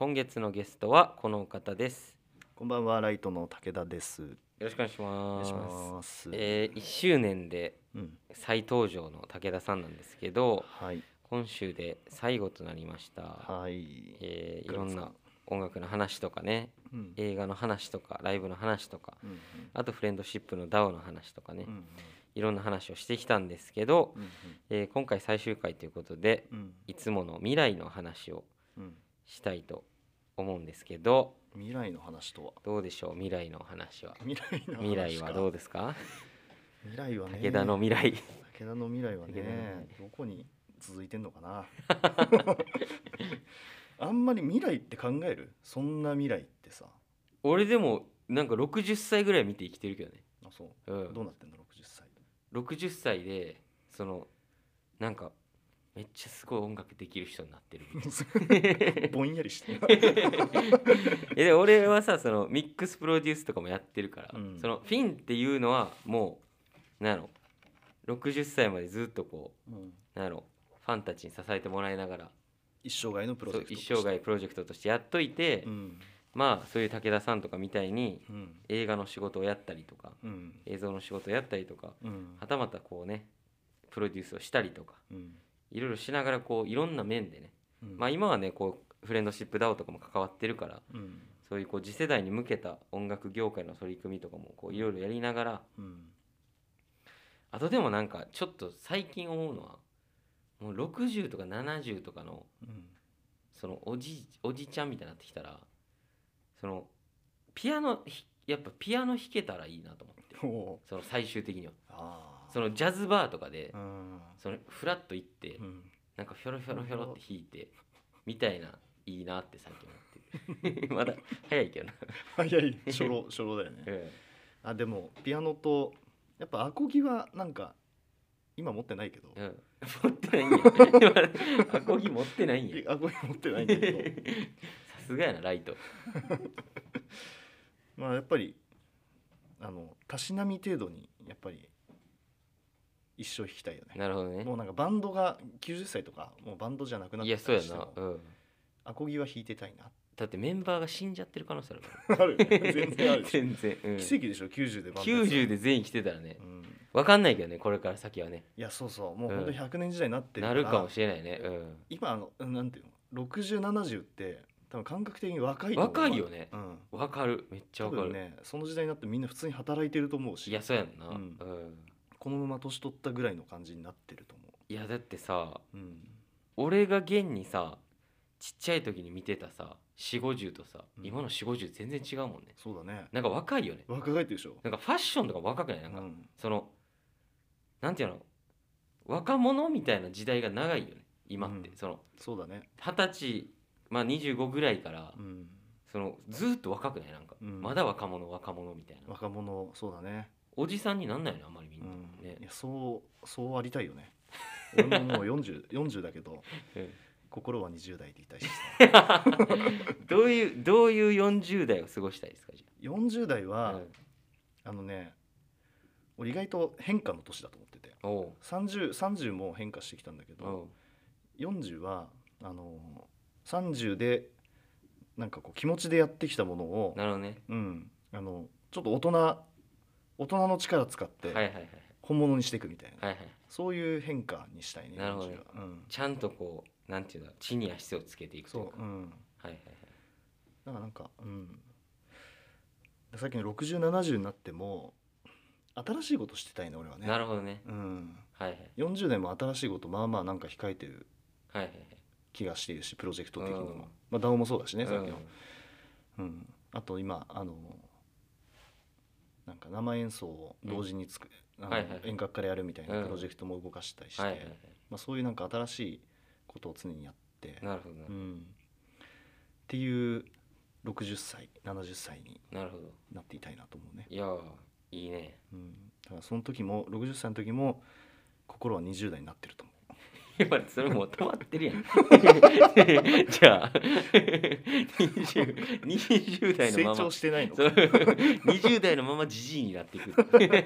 今月のゲストはこの方です。 こんばんは、ライトの武田です。よよろしくお願いしろます。 しくお願いします。 1周年で再登場の武田さんなんですけど、 はい。 今週で最後となりました。 はい。 いろんな音楽の話とかね、 うん映画の話とかライブの話とか、 うんあとフレンドシップの DAO の話とかね、 うんいろんな話をしてきたんですけど、 うん今回最終回ということで、 うんいつもの未来の話をうんしたいと思うんですけど、 未来の話とは。 どうでしょう、未来の話は。 未来の話か。 未来はどうですか？ 未来はね。 武田の未来。 武田の未来は武田の未ね来、 どこに続いてんのかな。あんまり未来って考える？そんな未来ってさ。 俺でもなんか60歳ぐらい見て生きてるけどね。 あ、そう。 うん、 どうなってんの60歳。 60歳でそのなんかめっちゃすごい音楽できる人になってるみたいな。 ぼんやりしてる。 で俺はさ、そのミックスプロデュースとかもやってるから、 うんそのフィンっていうのはもうなんやろ、60歳までずっとこうなんやろ、ファンたちに支えてもらいながら、 一生涯のプロジェクトとして。 一生涯プロジェクトとしてやっといて、まあそういう武田さんとかみたいに映画の仕事をやったりとか、映像の仕事をやったりとか、はたまたこうねプロデュースをしたりとか、いろいろしながらこういろんな面でね、まあ今はねこうフレンドシップ DAO とかも関わってるから、そういうこう次世代に向けた音楽業界の取り組みとかもこういろいろやりながら、あとでもなんかちょっと最近思うのは、もう60とか70とかのそのおじちゃんみたいになってきたら、そのやっぱピアノ弾けたらいいなと思って、その最終的にはそのジャズバーとかでそのフラッと行ってなんかフョロフョロフョロって弾いてみたいな、いいなって最近思ってる。まだ早いけどな。 早い、初老だよね。あ、でもピアノとやっぱアコギはなんか今持ってないけど、 持ってないんや。アコギ持ってないんや。 アコギ持ってないんだけどさすがやな、ライト。 まあやっぱりたしなみ程度にやっぱり一生弾きたいよね。 なるほどね。 もうなんかバンドが90歳とかもうバンドじゃなくなってたりしても、 いやそうやな、 アコギは弾いてたいな。 だってメンバーが死んじゃってる可能性あるから。 あるよね、全然あるでしょ。 全然、 奇跡でしょ、90でバンド 90で全員来てたらね、分かんないけどね、これから先はね。 いやそうそう、もう本当に100年時代になってるなるかもしれないね。 今なんていうの、6070って多分感覚的に若いと思う。 若いよね。分かる、めっちゃ分かる。 多分ね、その時代になってみんな普通に働いてると思うし。 いやそうやんな。 このまま年取ったぐらいの感じになってると思う。 いやだってさ、俺が現にさちっちゃい時に見てたさ4 50とさ、今の4 50全然違うもんね。 そうだね。 なんか若いよね。 若返ってるでしょ。 なんかファッションとか若くない？なんか、そのなんていうの、若者みたいな時代が長いよね今って。 そうだね。 20歳、まあ25ぐらいから、そのずっと若くない？なんか、まだ若者みたいな。 若者、そうだね。 おじさんになんないのあんまりみんな、ね。 いやそうありたいよね。俺ももう40だけど、心は20代でいたいしさ。 どういう40代を過ごしたいですか？じゃあ40代は、俺意外と変化の年だと思ってて、30も変化してきたんだけど、40は30でなんかこう気持ちでやってきたものを、 なるほどね、 ちょっと大人の力使って本物にしていくみたいな、そういう変化にしたいね。 なるほどね、ちゃんとこうなんていうの、地に足をつけていくというか。 だからなんか、さっきの6070になっても新しいことしてたいね俺はね。 なるほどね。 40代も新しいことまあまあなんか控えてる気がしているし、プロジェクト的にも、まあ DAO もそうだしね、さっきの。あと今なんか生演奏を同時に遠隔からやるみたいなプロジェクトも動かしたりして、まあそういうなんか新しいことを常にやって、 なるほど、 っていう60歳70歳になっていたいなと思うね。 いやいいね。 だからその時も60歳の時も心は20代になってると思う。 それもう止まってるやん。じゃあ20代のまま成長してないの 20代のままじじいになっていく。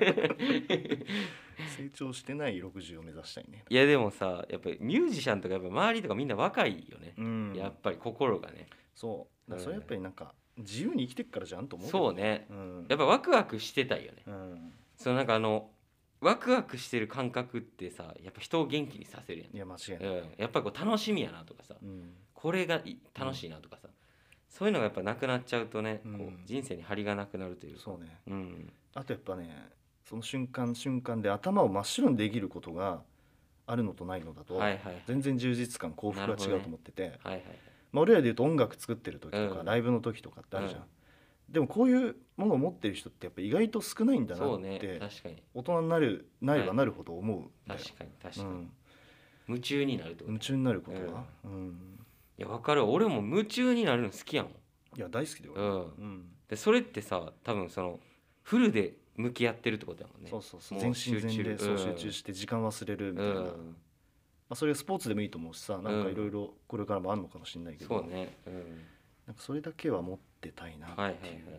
成長してない60を目指したいね。 いやでもさ、やっぱりミュージシャンとかやっぱ周りとかみんな若いよね、やっぱり心がね。 そうだ、それやっぱりなんか自由に生きてくからじゃんと思う。 そうね、やっぱワクワクしてたいよね、そのなんかワクワクしてる感覚ってさやっぱ人を元気にさせるやん。 いや間違いない、 やっぱりこう楽しみやなとかさ、これが楽しいなとかさ、そういうのがやっぱなくなっちゃうとね、こう人生に張りがなくなるというか。 そうね、あとやっぱね、その瞬間瞬間で頭を真っ白にできることがあるのとないのだと全然充実感幸福が違うと思ってて、俺らでいうと音楽作ってる時とかライブの時とかってあるじゃん、でもこういうものを持ってる人ってやっぱ意外と少ないんだなって大人になればなるほど思うんだよ。 確かに確かに、夢中になるってこと。 夢中になることが、 いや分かる、俺も夢中になるの好きやもん。 いや大好きだよ、 でそれってさ多分そのフルで向き合ってるってことだもんね。 そうそうそう、全身全霊そう集中して時間忘れるみたいな、それがスポーツでもいいと思うしさ、なんかいろいろこれからもあるのかもしれないけど、 そうね、 なんかそれだけは持ってたいなっていう、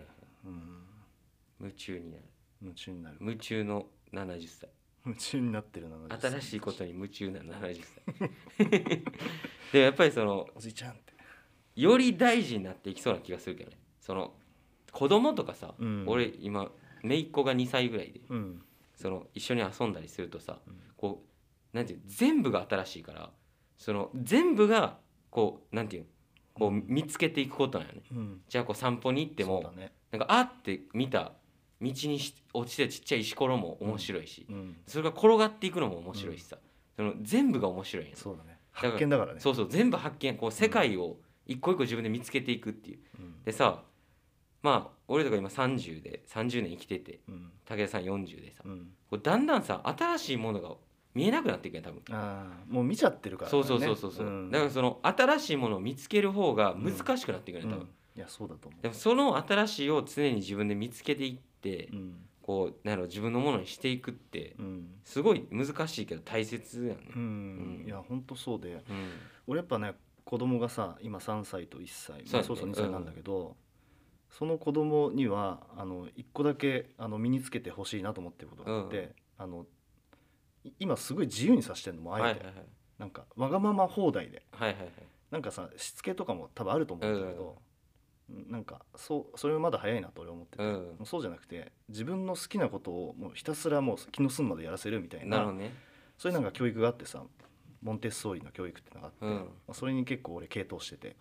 夢中になる、 夢中になる、 夢中の70歳、 夢中になってる70歳、 新しいことに夢中な70歳でもやっぱりそのおじいちゃんってより大事になっていきそうな気がするけどね。その子供とかさ、俺今姪っ子が2歳ぐらいで、その一緒に遊んだりするとさ、こうなんていう全部が新しいから、その全部がこうなんていうこう見つけていくことなんよね、じゃあこう散歩に行っても、なんかあって見た道に落ちてちっちゃい石ころも面白いし、それが転がっていくのも面白いしさ、その全部が面白いんやね。 そうだね、発見だからね。 そうそう、全部発見、こう世界を一個一個自分で見つけていくっていう、でさ、まあ俺とか今30で30年生きてて、武田さん40でさ、こうだんだんさ新しいものが見えなくなっていくやん多分。 もう見ちゃってるからね。 そう、だからその新しいものを見つける方が難しくなっていくね多分。 いやそうだと思う。 でもその新しいを常に自分で見つけていって、こうなんやろ自分のものにしていくって、すごい難しいけど大切やんね。 いや本当そうで、俺やっぱね子供がさ今3歳と1歳、そう2歳なんだけど、その子供には1個だけ身につけてほしいなと思ってることがあって、今すごい自由にさせてるのもあえて、なんかわがまま放題で、なんかさしつけとかも多分あると思うんだけど、なんかそれはまだ早いなと俺は思ってて、そうじゃなくて自分の好きなことをもうひたすらもう気の済むまでやらせるみたいな、そういうなんか教育があってさ、モンテッソーリの教育ってのがあって、それに結構俺傾倒してて、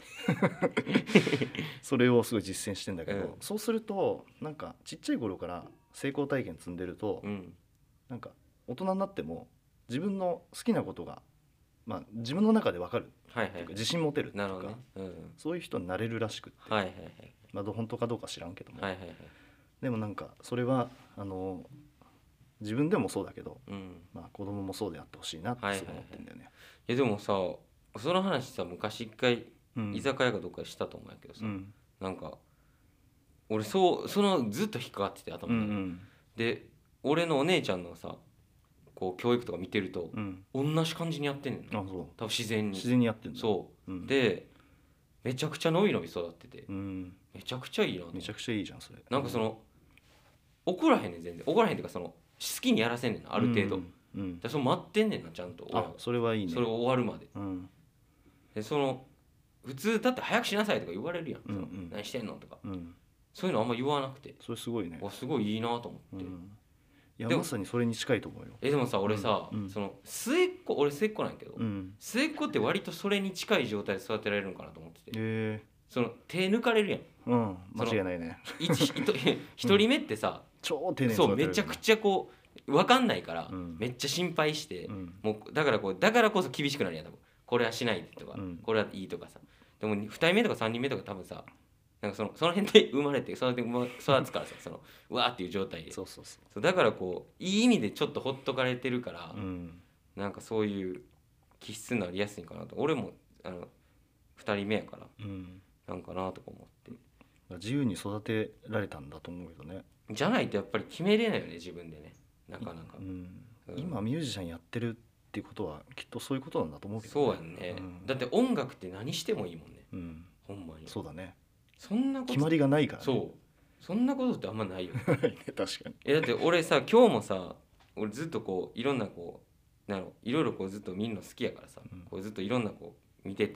それをすごい実践してんだけど、そうするとなんかちっちゃい頃から成功体験積んでると、なんか大人になっても自分の好きなことが、自分の中で分かるっていうか、自信持てるっていうか、そういう人になれるらしくって、本当かどうか知らんけども、でもなんかそれは自分でもそうだけど、子供もそうであってほしいなってすごい思ってんだよね。 いやでもさその話さ昔一回居酒屋かどっかでしたと思うんやけどさ、なんか俺そのずっと引っかかってて頭に、で俺のお姉ちゃんのさこう教育とか見てると、同じ感じにやってんねんな。多分自然にやってんの。 そう、でめちゃくちゃ伸び伸び育ってて、めちゃくちゃいいな。 めちゃくちゃいいじゃんそれ。 なんかその怒らへんねん、全然怒らへんっていうか、その好きにやらせんねんなある程度、でその待ってんねんなちゃんと。 それはいいね。 それ終わるまで、でその普通だって早くしなさいとか言われるやん、何してんのとか、そういうのあんま言わなくて、 それすごいね。 すごいいいなと思って、 いやまさにそれに近いと思うよ。 でもさ俺さ、その俺末っ子なんやけど、末っ子って割とそれに近い状態で育てられるのかなと思ってて、その手抜かれるやん。 間違いないね。 一人目ってさ、 超丁寧にそうめちゃくちゃこう分かんないから、めっちゃ心配して、もうだからこそ厳しくなるやん多分。これはしないでとか、これはいいとかさ。でも2人目とか3人目とか多分さ、なんかその辺で生まれて育つからさ、そのうわーっていう状態で、そうだからこういい意味でちょっとほっとかれてるから、なんかそういう気質になりやすいんかなと。俺も2人目やから、なんかなとか思って。 自由に育てられたんだと思うけどね。 じゃないとやっぱり決めれないよね自分でね、なかなか。 今ミュージシャンやってるっていうことはきっとそういうことなんだと思うけどね。そうやんね、だって音楽って何してもいいもんね、ほんまに。 そうだね。 そんなこと決まりがないからね。そんなことってあんまないよね。 確かに。 だって俺さ今日もさ、俺ずっとこういろんなこういろいろこうずっと見るの好きやからさ、こうずっといろんなこう見てて、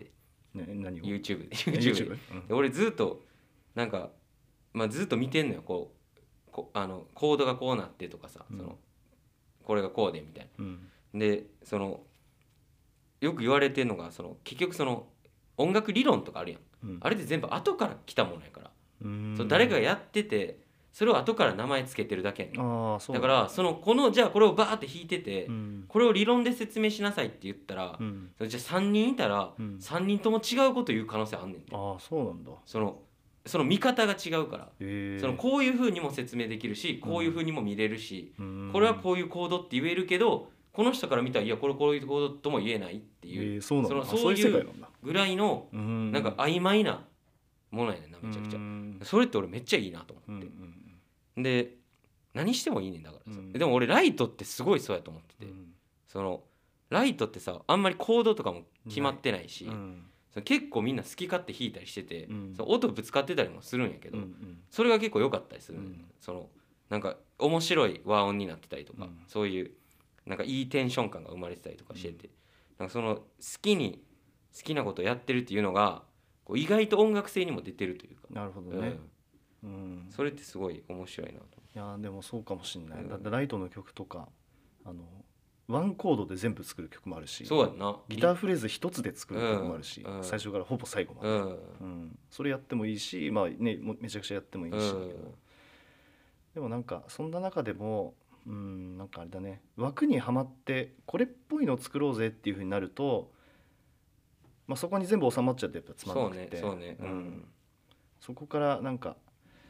何を YouTube で俺ずっとなんか、ずっと見てんのよ。コードがこうなってとかさ、これがこうでみたいな、でよく言われてるのが結局音楽理論とかあるやん、あれって全部後から来たものやから、誰かがやっててそれを後から名前つけてるだけやん。だからじゃあこれをバーって弾いてて、これを理論で説明しなさいって言ったら、じゃあ3人いたら3人とも違うこと言う可能性あんねんて。 そうなんだ。 その見方が違うから、こういう風にも説明できるし、こういう風にも見れるし、これはこういうコードって言えるけど、この人から見たらいやこれこういうコードとも言えないっていう、そういうぐらいのなんか曖昧なものやねんな、めちゃくちゃ。それって俺めっちゃいいなと思って、で何してもいいねんだからさ、でも俺ライトってすごいそうやと思ってて、ライトってさあんまりコードとかも決まってないし、結構みんな好き勝手弾いたりしてて、音ぶつかってたりもするんやけど、それが結構良かったりする、なんか面白い和音になってたりとか、そういうなんかいいテンション感が生まれてたりとかしてて、なんか好きなことをやってるっていうのがこう意外と音楽性にも出てるというか。 なるほどね、 それってすごい面白いなと。 いやでもそうかもしんない、だってライトの曲とかワンコードで全部作る曲もあるし、 そうやな、 ギターフレーズ一つで作る曲もあるし、最初からほぼ最後まで、それやってもいいし、めちゃくちゃやってもいいし、でもなんかそんな中でもなんかあれだね、枠にはまってこれっぽいのを作ろうぜっていう風になると、そこに全部収まっちゃってやっぱつまんなくて、そこからなんか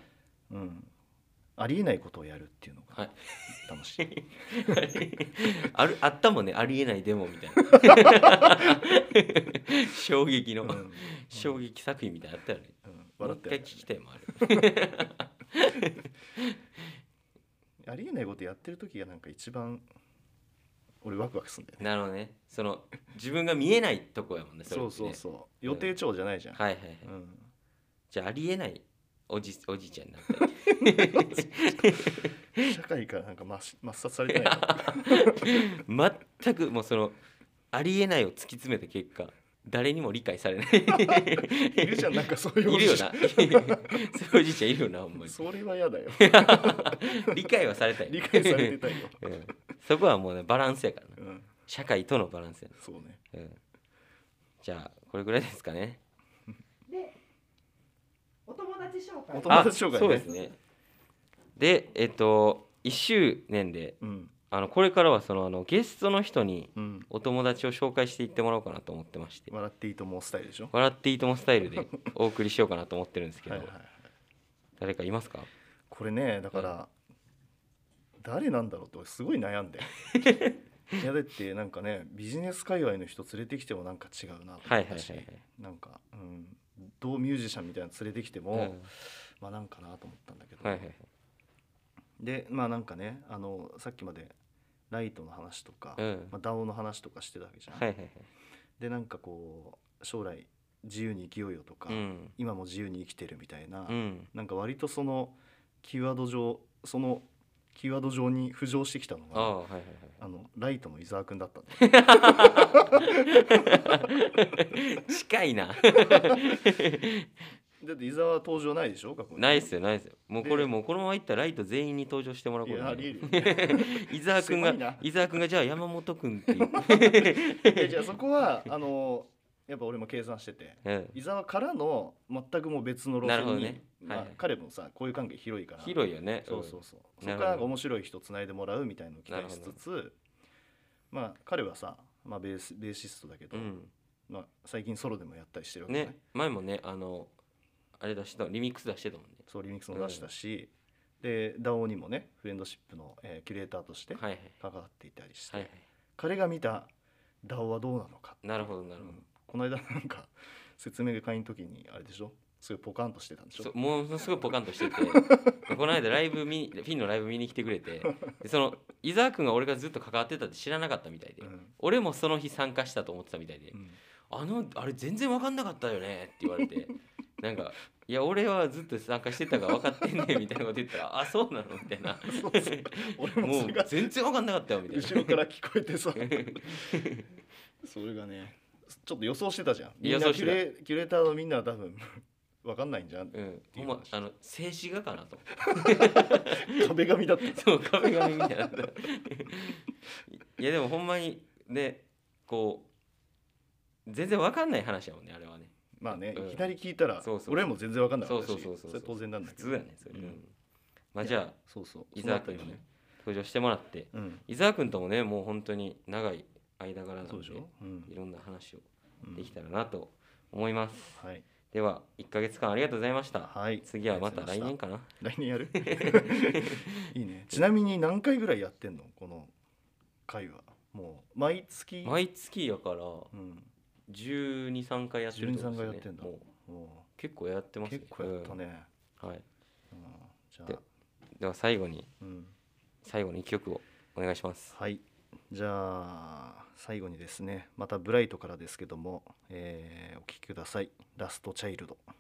ありえないことをやるっていうのが楽しい、 あったもんね、ありえないデモみたいな衝撃作品みたいなのあったよね、笑ってもう一回聞きたいもんあるありえないことやってる時がなんか一番俺ワクワクするんだよね。 なるほどね、自分が見えないとこやもんね、 それってね。そう予定調じゃないじゃん、じゃあありえないおじちゃんになったり社会からなんか抹殺されてない全くもうありえないを突き詰めた結果誰にも理解されないいるじゃん、なんかそういうおじちゃんいるよなそういうおじちゃんいるよな、ほんまに。 それは嫌だよ理解はされたい、 理解されてたいよ、 そこはもうねバランスやからな、社会とのバランスやな。 そうね、 じゃあこれぐらいですかね。 でお友達紹介、 ね、 そうですね。で1周年で、これからはゲストの人にお友達を紹介していってもらおうかなと思ってまして、 笑っていいともスタイルでしょ。 笑っていいともスタイルでお送りしようかなと思ってるんですけど誰かいますか？ これね、だから、誰なんだろうとすごい悩んでいやだってなんかね、ビジネス界隈の人連れてきてもなんか違うなと思ったし、なんか、同ミュージシャンみたいなの連れてきても、なんかなと思ったんだけど、でなんかね、さっきまでライトの話とか、DAO の話とかしてたわけじゃん、でなんかこう将来自由に生きようよとか、今も自由に生きてるみたいな、なんか割とキーワード上に浮上してきたのがライトの伊沢くんだったんだ近いなだって伊沢は登場ないでしょ、過去に。 ないっすよないっすよ。もうこのままいったらライト全員に登場してもらうことになる。 伊沢くんがじゃあ山本くんっていうじゃあそこはやっぱ俺も計算してて、伊沢からの全くもう別の路線に、彼もさこういう関係広いから広いよね。 そこから面白い人つないでもらうみたいなのを期待しつつ、彼はさ、ベーシストだけど、最近ソロでもやったりしてるわけね。 前もねあれリミックス出してたもんね。 そうリミックスも出したし、で DAO にもねフレンドシップの、キュレーターとして関わっていたりして、彼が見た DAO はどうなのか。 なるほどこの間なんか説明会の時にあれでしょ、すごいポカンとしてたんでしょ。 ものすごいポカンとしててこの間フィンのライブ見に来てくれて、で伊沢くんが俺がずっと関わってたって知らなかったみたいで、俺もその日参加したと思ってたみたいで、あれ全然分かんなかったよねって言われてなんかいや俺はずっと参加してたから分かってんねみたいなこと言ったらあそうなのみたいなもう全然分かんなかったよみたいな後ろから聞こえてさそれがねちょっと予想してたじゃん。みんなキュ予想してたレーターのみんなは多分分かんないんじゃん。 ほんま静止画かなと壁紙だった。 そう壁紙みたいな。いやでもほんまにねこう全然分かんない話やもんねあれはね。 まあね、いきなり聞いたら俺も全然分かんなかったし、それ当然なんだけど。 普通やねそれ。まあじゃあそうそう伊沢君に登場してもらって、伊沢君ともねもう本当に長い間柄なのでいろんな話をできたらなと思います。では1ヶ月間ありがとうございました。次はまた来年かな。 来年やるいいね。ちなみに何回ぐらいやってんのこの会は。もう毎月やから12、13回やってるんですね。 12、13回やってんだ。 結構やってますね。 結構やったね。 はい。じゃあでは最後に1曲をお願いします。 はい。じゃあ最後にですね、またブライトからですけども、お聴きください。ラストチャイルド。